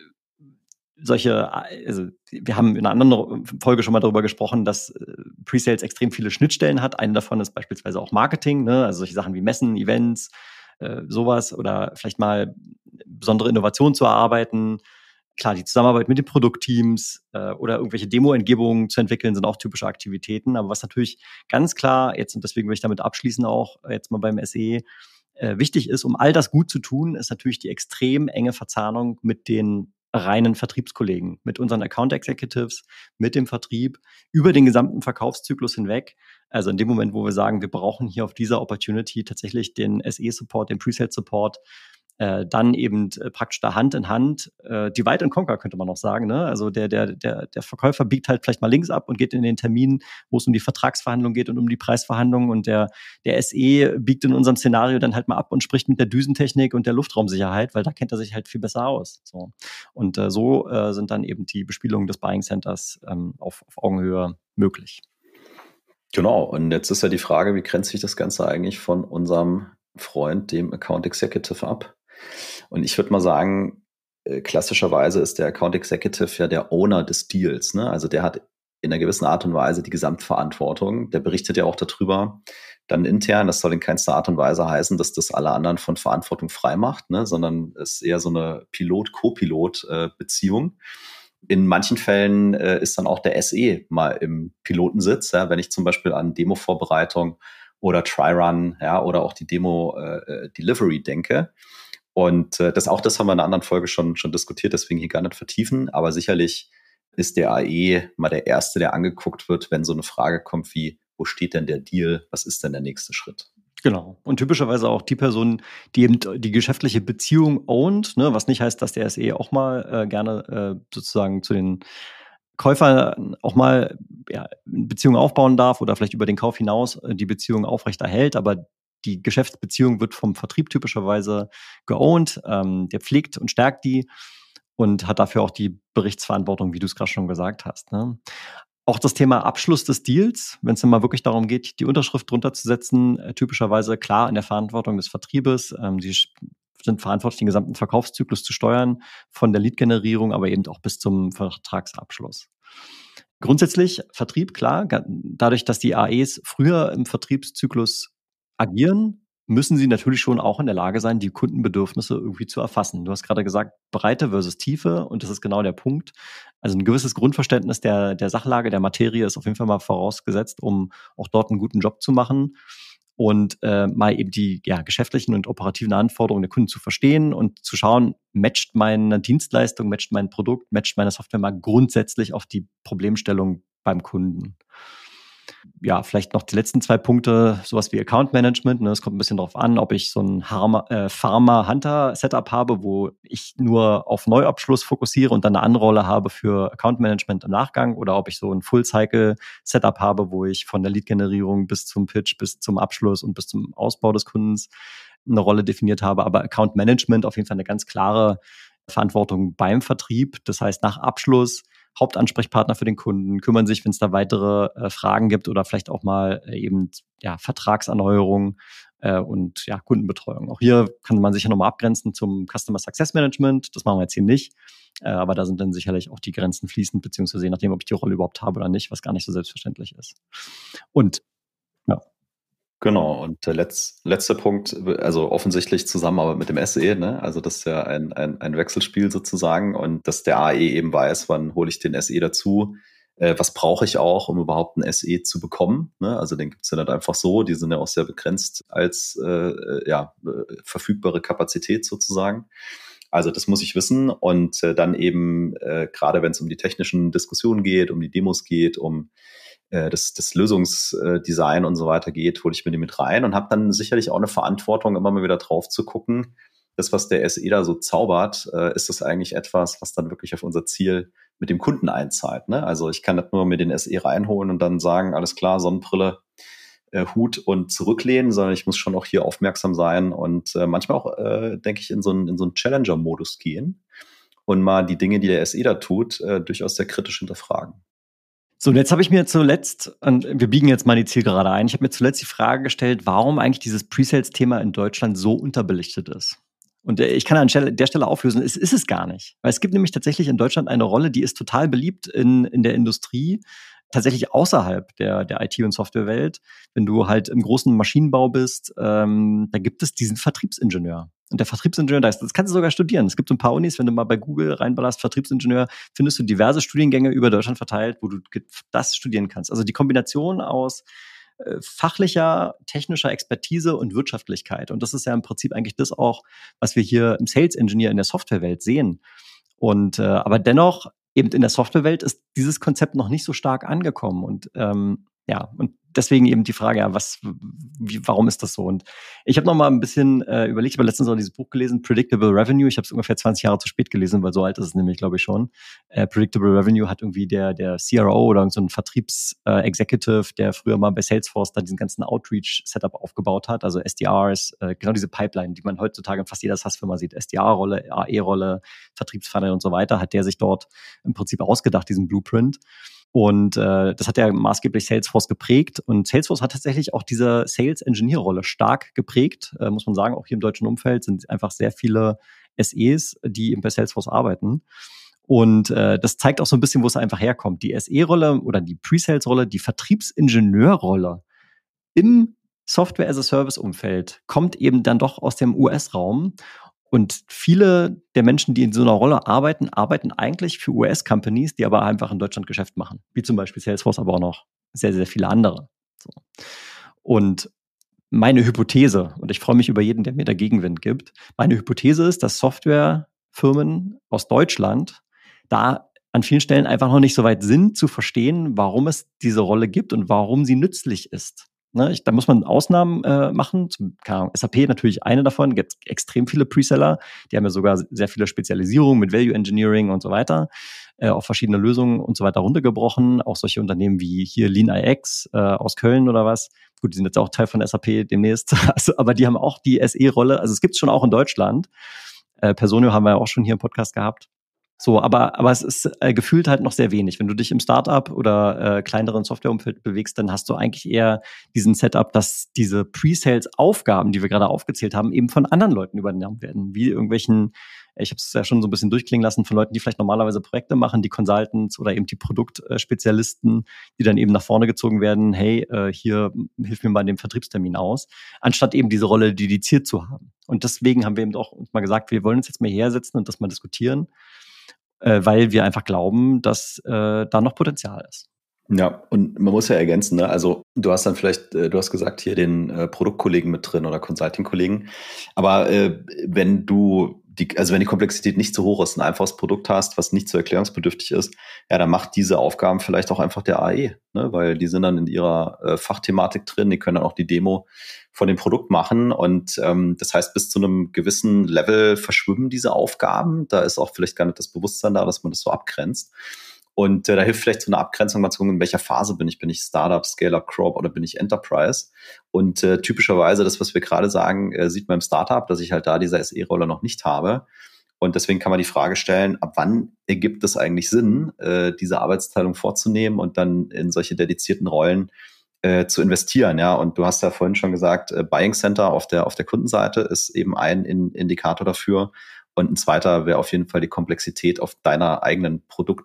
also wir haben in einer anderen Folge schon mal darüber gesprochen, dass Pre-Sales extrem viele Schnittstellen hat. Eine davon ist beispielsweise auch Marketing, ne? Also solche Sachen wie Messen, Events, sowas oder vielleicht mal besondere Innovationen zu erarbeiten. Klar, die Zusammenarbeit mit den Produktteams oder irgendwelche Demo-Entgebungen zu entwickeln, sind auch typische Aktivitäten. Aber was natürlich ganz klar jetzt, und deswegen will ich damit abschließen, auch jetzt mal beim SE, wichtig ist, um all das gut zu tun, ist natürlich die extrem enge Verzahnung mit den reinen Vertriebskollegen, mit unseren Account Executives, mit dem Vertrieb, über den gesamten Verkaufszyklus hinweg. Also in dem Moment, wo wir sagen, wir brauchen hier auf dieser Opportunity tatsächlich den SE-Support, den Pre-Sales-Support, dann eben praktisch da Hand in Hand, Divide and Conquer könnte man noch sagen. Ne? Also der Verkäufer biegt halt vielleicht mal links ab und geht in den Termin, wo es um die Vertragsverhandlung geht und um die Preisverhandlung und der SE biegt in unserem Szenario dann halt mal ab und spricht mit der Düsentechnik und der Luftraumsicherheit, weil da kennt er sich halt viel besser aus. So. Und so sind dann eben die Bespielungen des Buying Centers auf Augenhöhe möglich.
Genau, und jetzt ist ja die Frage, wie grenzt sich das Ganze eigentlich von unserem Freund, dem Account Executive, ab? Und ich würde mal sagen, klassischerweise ist der Account Executive ja der Owner des Deals. Ne? Also der hat in einer gewissen Art und Weise die Gesamtverantwortung. Der berichtet ja auch darüber dann intern. Das soll in keinster Art und Weise heißen, dass das alle anderen von Verantwortung frei macht, ne? Sondern es ist eher so eine Pilot-Co-Pilot-Beziehung. In manchen Fällen ist dann auch der SE mal im Pilotensitz. Ja? Wenn ich zum Beispiel an Demo-Vorbereitung oder Try-Run, ja, oder auch die Demo-Delivery denke. Und das haben wir in einer anderen Folge schon diskutiert, deswegen hier gar nicht vertiefen. Aber sicherlich ist der AE mal der Erste, der angeguckt wird, wenn so eine Frage kommt wie, wo steht denn der Deal? Was ist denn der nächste Schritt?
Genau. Und typischerweise auch die Person, die eben die geschäftliche Beziehung ownt, ne, was nicht heißt, dass der SE auch mal gerne sozusagen zu den Käufer auch mal eine Beziehung aufbauen darf oder vielleicht über den Kauf hinaus die Beziehung aufrechterhält, aber die Geschäftsbeziehung wird vom Vertrieb typischerweise geowned, der pflegt und stärkt die und hat dafür auch die Berichtsverantwortung, wie du es gerade schon gesagt hast. Ne? Auch das Thema Abschluss des Deals, wenn es dann mal wirklich darum geht, die Unterschrift drunter zu setzen, typischerweise klar in der Verantwortung des Vertriebes. Sie sind verantwortlich, den gesamten Verkaufszyklus zu steuern, von der Lead-Generierung, aber eben auch bis zum Vertragsabschluss. Grundsätzlich Vertrieb, klar, dadurch, dass die AEs früher im Vertriebszyklus agieren, müssen sie natürlich schon auch in der Lage sein, die Kundenbedürfnisse irgendwie zu erfassen. Du hast gerade gesagt, Breite versus Tiefe, und das ist genau der Punkt. Also ein gewisses Grundverständnis der Sachlage, der Materie ist auf jeden Fall mal vorausgesetzt, um auch dort einen guten Job zu machen und mal eben die geschäftlichen und operativen Anforderungen der Kunden zu verstehen und zu schauen, matcht meine Dienstleistung, matcht mein Produkt, matcht meine Software mal grundsätzlich auf die Problemstellung beim Kunden. Ja, vielleicht noch die letzten 2 Punkte, sowas wie Account Management. Ne? Es kommt ein bisschen darauf an, ob ich so ein Pharma-Hunter-Setup habe, wo ich nur auf Neuabschluss fokussiere und dann eine andere Rolle habe für Account Management im Nachgang, oder ob ich so ein Full-Cycle-Setup habe, wo ich von der Lead-Generierung bis zum Pitch, bis zum Abschluss und bis zum Ausbau des Kundens eine Rolle definiert habe. Aber Account Management auf jeden Fall eine ganz klare Verantwortung beim Vertrieb. Das heißt, nach Abschluss Hauptansprechpartner für den Kunden, kümmern sich, wenn es da weitere Fragen gibt oder vielleicht auch mal eben Vertragserneuerung und Kundenbetreuung. Auch hier kann man sich ja nochmal abgrenzen zum Customer Success Management. Das machen wir jetzt hier nicht. Aber da sind dann sicherlich auch die Grenzen fließend, beziehungsweise je nachdem, ob ich die Rolle überhaupt habe oder nicht, was gar nicht so selbstverständlich ist. Und ja.
Genau, und der letzte Punkt, also offensichtlich Zusammenarbeit mit dem SE, ne? Also das ist ja ein Wechselspiel sozusagen, und dass der AE eben weiß, wann hole ich den SE dazu, was brauche ich auch, um überhaupt einen SE zu bekommen, ne? Also den gibt's ja nicht einfach so, die sind ja auch sehr begrenzt als verfügbare Kapazität sozusagen. Also das muss ich wissen, und dann eben gerade wenn es um die technischen Diskussionen geht, um die Demos geht, um das Lösungsdesign und so weiter geht, hole ich mir die mit rein und habe dann sicherlich auch eine Verantwortung, immer mal wieder drauf zu gucken, das, was der SE da so zaubert, ist das eigentlich etwas, was dann wirklich auf unser Ziel mit dem Kunden einzahlt, ne? Also ich kann nicht nur mir den SE reinholen und dann sagen, alles klar, Sonnenbrille, Hut und zurücklehnen, sondern ich muss schon auch hier aufmerksam sein und manchmal auch, denke ich, in so einen Challenger-Modus gehen und mal die Dinge, die der SE da tut, durchaus sehr kritisch hinterfragen.
So, und jetzt habe ich mir zuletzt, und wir biegen jetzt mal die Zielgerade ein, ich habe mir zuletzt die Frage gestellt, warum eigentlich dieses Pre-Sales-Thema in Deutschland so unterbelichtet ist. Und ich kann an der Stelle auflösen, es ist es gar nicht. Weil es gibt nämlich tatsächlich in Deutschland eine Rolle, die ist total beliebt in der Industrie, tatsächlich außerhalb der IT- und Softwarewelt. Wenn du halt im großen Maschinenbau bist, da gibt es diesen Vertriebsingenieur. Und der Vertriebsingenieur, das kannst du sogar studieren. Es gibt so ein paar Unis, wenn du mal bei Google reinballerst, Vertriebsingenieur, findest du diverse Studiengänge über Deutschland verteilt, wo du das studieren kannst. Also die Kombination aus fachlicher, technischer Expertise und Wirtschaftlichkeit. Und das ist ja im Prinzip eigentlich das auch, was wir hier im Sales Engineer in der Softwarewelt sehen. Und aber dennoch, eben in der Softwarewelt ist dieses Konzept noch nicht so stark angekommen. Und und deswegen eben die Frage, warum ist das so? Und ich habe noch mal ein bisschen überlegt, ich habe letztens auch dieses Buch gelesen, Predictable Revenue. Ich habe es ungefähr 20 Jahre zu spät gelesen, weil so alt ist es nämlich, glaube ich, schon. Predictable Revenue hat irgendwie der CRO oder so ein Vertriebs-Executive, der früher mal bei Salesforce dann diesen ganzen Outreach-Setup aufgebaut hat, also SDRs, genau diese Pipeline, die man heutzutage in fast jeder SaaS-Firma sieht, SDR-Rolle, AE-Rolle, Vertriebsfunnel und so weiter, hat der sich dort im Prinzip ausgedacht, diesen Blueprint. Und das hat ja maßgeblich Salesforce geprägt. Und Salesforce hat tatsächlich auch diese Sales-Engineer-Rolle stark geprägt, muss man sagen. Auch hier im deutschen Umfeld sind einfach sehr viele SEs, die bei Salesforce arbeiten. Und das zeigt auch so ein bisschen, wo es einfach herkommt. Die SE-Rolle oder die Pre-Sales-Rolle, die Vertriebsingenieur-Rolle im Software-as-a-Service-Umfeld kommt eben dann doch aus dem US-Raum. Und viele der Menschen, die in so einer Rolle arbeiten, arbeiten eigentlich für US-Companies, die aber einfach in Deutschland Geschäft machen. Wie zum Beispiel Salesforce, aber auch noch sehr, sehr viele andere. So. Und meine Hypothese, und ich freue mich über jeden, der mir da Gegenwind gibt, meine Hypothese ist, dass Softwarefirmen aus Deutschland da an vielen Stellen einfach noch nicht so weit sind, zu verstehen, warum es diese Rolle gibt und warum sie nützlich ist. Ne, da muss man Ausnahmen machen. Keine Ahnung, SAP natürlich eine davon. Gibt extrem viele Preseller. Die haben ja sogar sehr viele Spezialisierungen mit Value Engineering und so weiter, auf verschiedene Lösungen und so weiter runtergebrochen. Auch solche Unternehmen wie hier LeanIX aus Köln oder was. Gut, die sind jetzt auch Teil von SAP demnächst. Also, aber die haben auch die SE-Rolle. Also es gibt es schon auch in Deutschland. Personio haben wir ja auch schon hier im Podcast gehabt. So, aber es ist gefühlt halt noch sehr wenig. Wenn du dich im Startup oder kleineren Softwareumfeld bewegst, dann hast du eigentlich eher diesen Setup, dass diese Pre-Sales-Aufgaben, die wir gerade aufgezählt haben, eben von anderen Leuten übernommen werden. Wie irgendwelchen, ich habe es ja schon so ein bisschen durchklingen lassen, von Leuten, die vielleicht normalerweise Projekte machen, die Consultants oder eben die Produktspezialisten, die dann eben nach vorne gezogen werden, hey, hier, hilf mir mal in dem Vertriebstermin aus, anstatt eben diese Rolle dediziert zu haben. Und deswegen haben wir eben auch uns mal gesagt, wir wollen uns jetzt mal hersetzen und das mal diskutieren, weil wir einfach glauben, dass da noch Potenzial ist.
Ja, und man muss ja ergänzen, ne? Also du hast dann vielleicht, du hast gesagt, hier den Produktkollegen mit drin oder Consulting-Kollegen, aber wenn die Komplexität nicht zu hoch ist, ein einfaches Produkt hast, was nicht so erklärungsbedürftig ist, ja, dann macht diese Aufgaben vielleicht auch einfach der AE, ne? Weil die sind dann in ihrer Fachthematik drin, die können dann auch die Demo von dem Produkt machen und das heißt, bis zu einem gewissen Level verschwimmen diese Aufgaben, da ist auch vielleicht gar nicht das Bewusstsein da, dass man das so abgrenzt. Und da hilft vielleicht so eine Abgrenzung mal zu gucken, in welcher Phase bin ich? Bin ich Startup, Scale-Up, Crop oder bin ich Enterprise? Und typischerweise das, was wir gerade sagen, sieht man im Startup, dass ich halt da diese SE-Rolle noch nicht habe. Und deswegen kann man die Frage stellen, ab wann ergibt es eigentlich Sinn, diese Arbeitsteilung vorzunehmen und dann in solche dedizierten Rollen zu investieren, ja. Und du hast ja vorhin schon gesagt, Buying Center auf der Kundenseite ist eben ein Indikator dafür. Und ein zweiter wäre auf jeden Fall die Komplexität auf deiner eigenen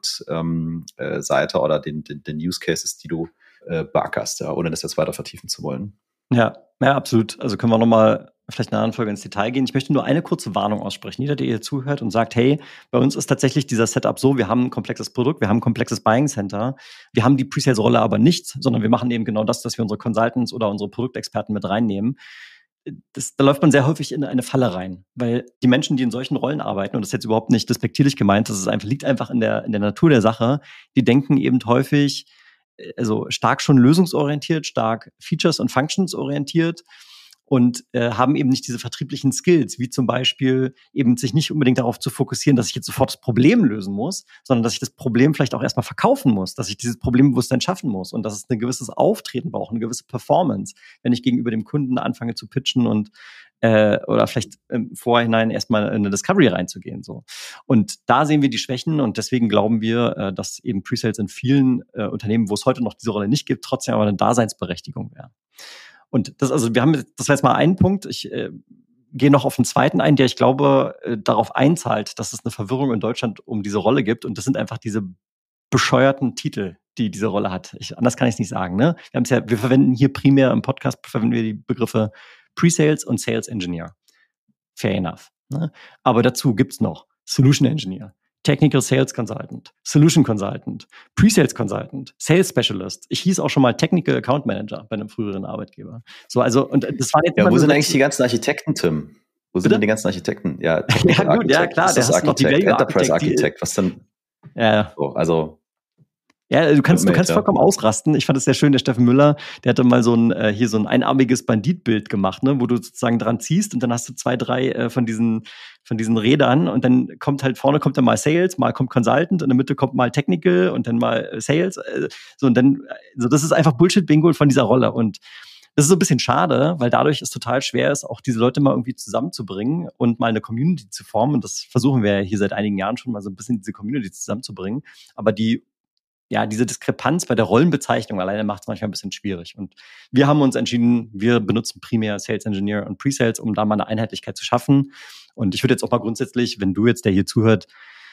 Produktseite oder den Use Cases, die du beackerst, ja, ohne das jetzt weiter vertiefen zu wollen.
Ja, absolut. Also können wir nochmal vielleicht in einer anderen Folge ins Detail gehen. Ich möchte nur eine kurze Warnung aussprechen. Jeder, der hier zuhört und sagt, hey, bei uns ist tatsächlich dieser Setup so, wir haben ein komplexes Produkt, wir haben ein komplexes Buying Center, wir haben die Pre-Sales-Rolle aber nicht, sondern wir machen eben genau das, dass wir unsere Consultants oder unsere Produktexperten mit reinnehmen. Da läuft man sehr häufig in eine Falle rein, weil die Menschen, die in solchen Rollen arbeiten, und das ist jetzt überhaupt nicht despektierlich gemeint, liegt einfach in der Natur der Sache, die denken eben häufig, also stark schon lösungsorientiert, stark Features und Functions orientiert und haben eben nicht diese vertrieblichen Skills, wie zum Beispiel eben sich nicht unbedingt darauf zu fokussieren, dass ich jetzt sofort das Problem lösen muss, sondern dass ich das Problem vielleicht auch erstmal verkaufen muss, dass ich dieses Problembewusstsein schaffen muss und dass es ein gewisses Auftreten braucht, eine gewisse Performance, wenn ich gegenüber dem Kunden anfange zu pitchen und oder vielleicht im Vorhinein erstmal in eine Discovery reinzugehen. So. Und da sehen wir die Schwächen und deswegen glauben wir, dass eben Pre-Sales in vielen Unternehmen, wo es heute noch diese Rolle nicht gibt, trotzdem aber eine Daseinsberechtigung wäre. Und das war jetzt mal ein Punkt. Ich gehe noch auf den zweiten ein, der ich glaube, darauf einzahlt, dass es eine Verwirrung in Deutschland um diese Rolle gibt. Und das sind einfach diese bescheuerten Titel, die diese Rolle hat. Anders kann ich es nicht sagen. Ne? Wir verwenden hier primär im Podcast, verwenden wir die Begriffe Pre-Sales und Sales Engineer. Fair enough. Ne? Aber dazu gibt's noch Solution Engineer, Technical Sales Consultant, Solution Consultant, Pre-Sales Consultant, Sales Specialist. Ich hieß auch schon mal Technical Account Manager bei einem früheren Arbeitgeber. So, also, und das war jetzt.
Ja, wo sind eigentlich die ganzen Architekten, Tim? Wo sind denn die ganzen Architekten? Ja, Technical
ja, gut, ja, klar.
Das ist Architekt, Enterprise Architect, was dann?
Ja.
So, also.
Ja, du kannst vollkommen ausrasten. Ich fand es sehr schön, der Steffen Müller, der hatte mal so ein einarmiges Banditbild gemacht, ne, wo du sozusagen dran ziehst und dann hast du 2, 3 von diesen Rädern und dann kommt halt vorne kommt dann mal Sales, mal kommt Consultant, in der Mitte kommt mal Technical und dann mal Sales, so und dann, so das ist einfach Bullshit-Bingo von dieser Rolle und das ist so ein bisschen schade, weil dadurch es total schwer ist, auch diese Leute mal irgendwie zusammenzubringen und mal eine Community zu formen und das versuchen wir ja hier seit einigen Jahren schon mal so ein bisschen diese Community zusammenzubringen, aber diese Diskrepanz bei der Rollenbezeichnung alleine macht es manchmal ein bisschen schwierig. Und wir haben uns entschieden, wir benutzen primär Sales Engineer und Pre-Sales, um da mal eine Einheitlichkeit zu schaffen. Und ich würde jetzt auch mal grundsätzlich, wenn du jetzt, die hier zuhört,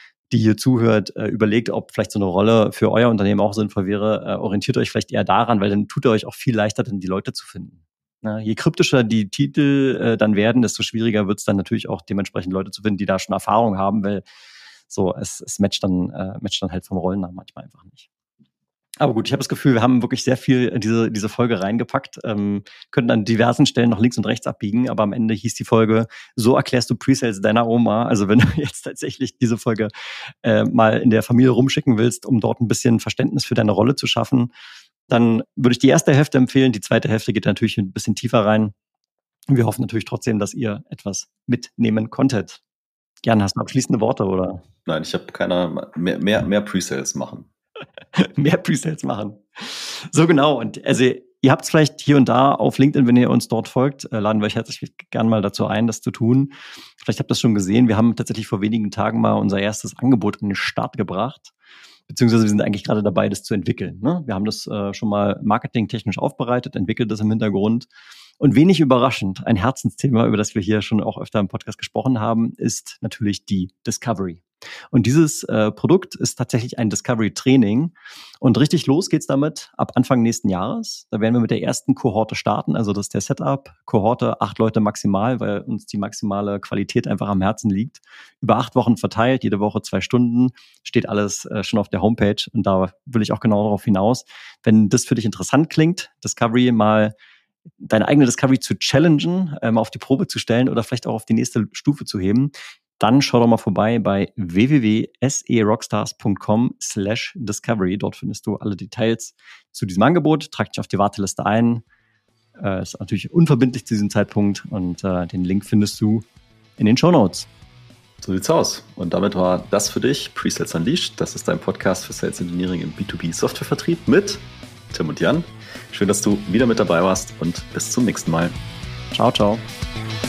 überlegt, ob vielleicht so eine Rolle für euer Unternehmen auch sinnvoll wäre, orientiert euch vielleicht eher daran, weil dann tut ihr euch auch viel leichter, dann die Leute zu finden. Na, je kryptischer die Titel dann werden, desto schwieriger wird es dann natürlich auch dementsprechend Leute zu finden, die da schon Erfahrung haben, weil so, es matcht dann halt vom Rollennamen manchmal einfach nicht. Aber gut, ich habe das Gefühl, wir haben wirklich sehr viel in diese Folge reingepackt, könnten an diversen Stellen noch links und rechts abbiegen, aber am Ende hieß die Folge, so erklärst du Presales deiner Oma. Also wenn du jetzt tatsächlich diese Folge mal in der Familie rumschicken willst, um dort ein bisschen Verständnis für deine Rolle zu schaffen, dann würde ich die erste Hälfte empfehlen. Die zweite Hälfte geht natürlich ein bisschen tiefer rein. Wir hoffen natürlich trotzdem, dass ihr etwas mitnehmen konntet. Jan, hast du abschließende Worte, oder?
Nein, ich habe keine mehr Presales machen.
Mehr Presales machen. So genau. Und also ihr habt es vielleicht hier und da auf LinkedIn, wenn ihr uns dort folgt, laden wir euch herzlich gern mal dazu ein, das zu tun. Vielleicht habt ihr das schon gesehen. Wir haben tatsächlich vor wenigen Tagen mal unser erstes Angebot an den Start gebracht. Beziehungsweise wir sind eigentlich gerade dabei, das zu entwickeln. Ne? Wir haben das schon mal marketingtechnisch aufbereitet, entwickelt das im Hintergrund. Und wenig überraschend, ein Herzensthema, über das wir hier schon auch öfter im Podcast gesprochen haben, ist natürlich die Discovery. Und dieses Produkt ist tatsächlich ein Discovery-Training. Und richtig los geht's damit ab Anfang nächsten Jahres. Da werden wir mit der ersten Kohorte starten. Also das ist der Setup. Kohorte 8 Leute maximal, weil uns die maximale Qualität einfach am Herzen liegt. Über 8 Wochen verteilt, jede Woche 2 Stunden. Steht alles schon auf der Homepage. Und da will ich auch genau darauf hinaus. Wenn das für dich interessant klingt, Discovery mal deine eigene Discovery zu challengen, auf die Probe zu stellen oder vielleicht auch auf die nächste Stufe zu heben, dann schau doch mal vorbei bei www.serockstars.com/discovery. Dort findest du alle Details zu diesem Angebot. Trag dich auf die Warteliste ein. Ist natürlich unverbindlich zu diesem Zeitpunkt und den Link findest du in den Shownotes.
So sieht's aus. Und damit war das für dich Presales Unleashed. Das ist dein Podcast für Sales Engineering im B2B-Softwarevertrieb mit Tim und Jan. Schön, dass du wieder mit dabei warst und bis zum nächsten Mal.
Ciao, ciao.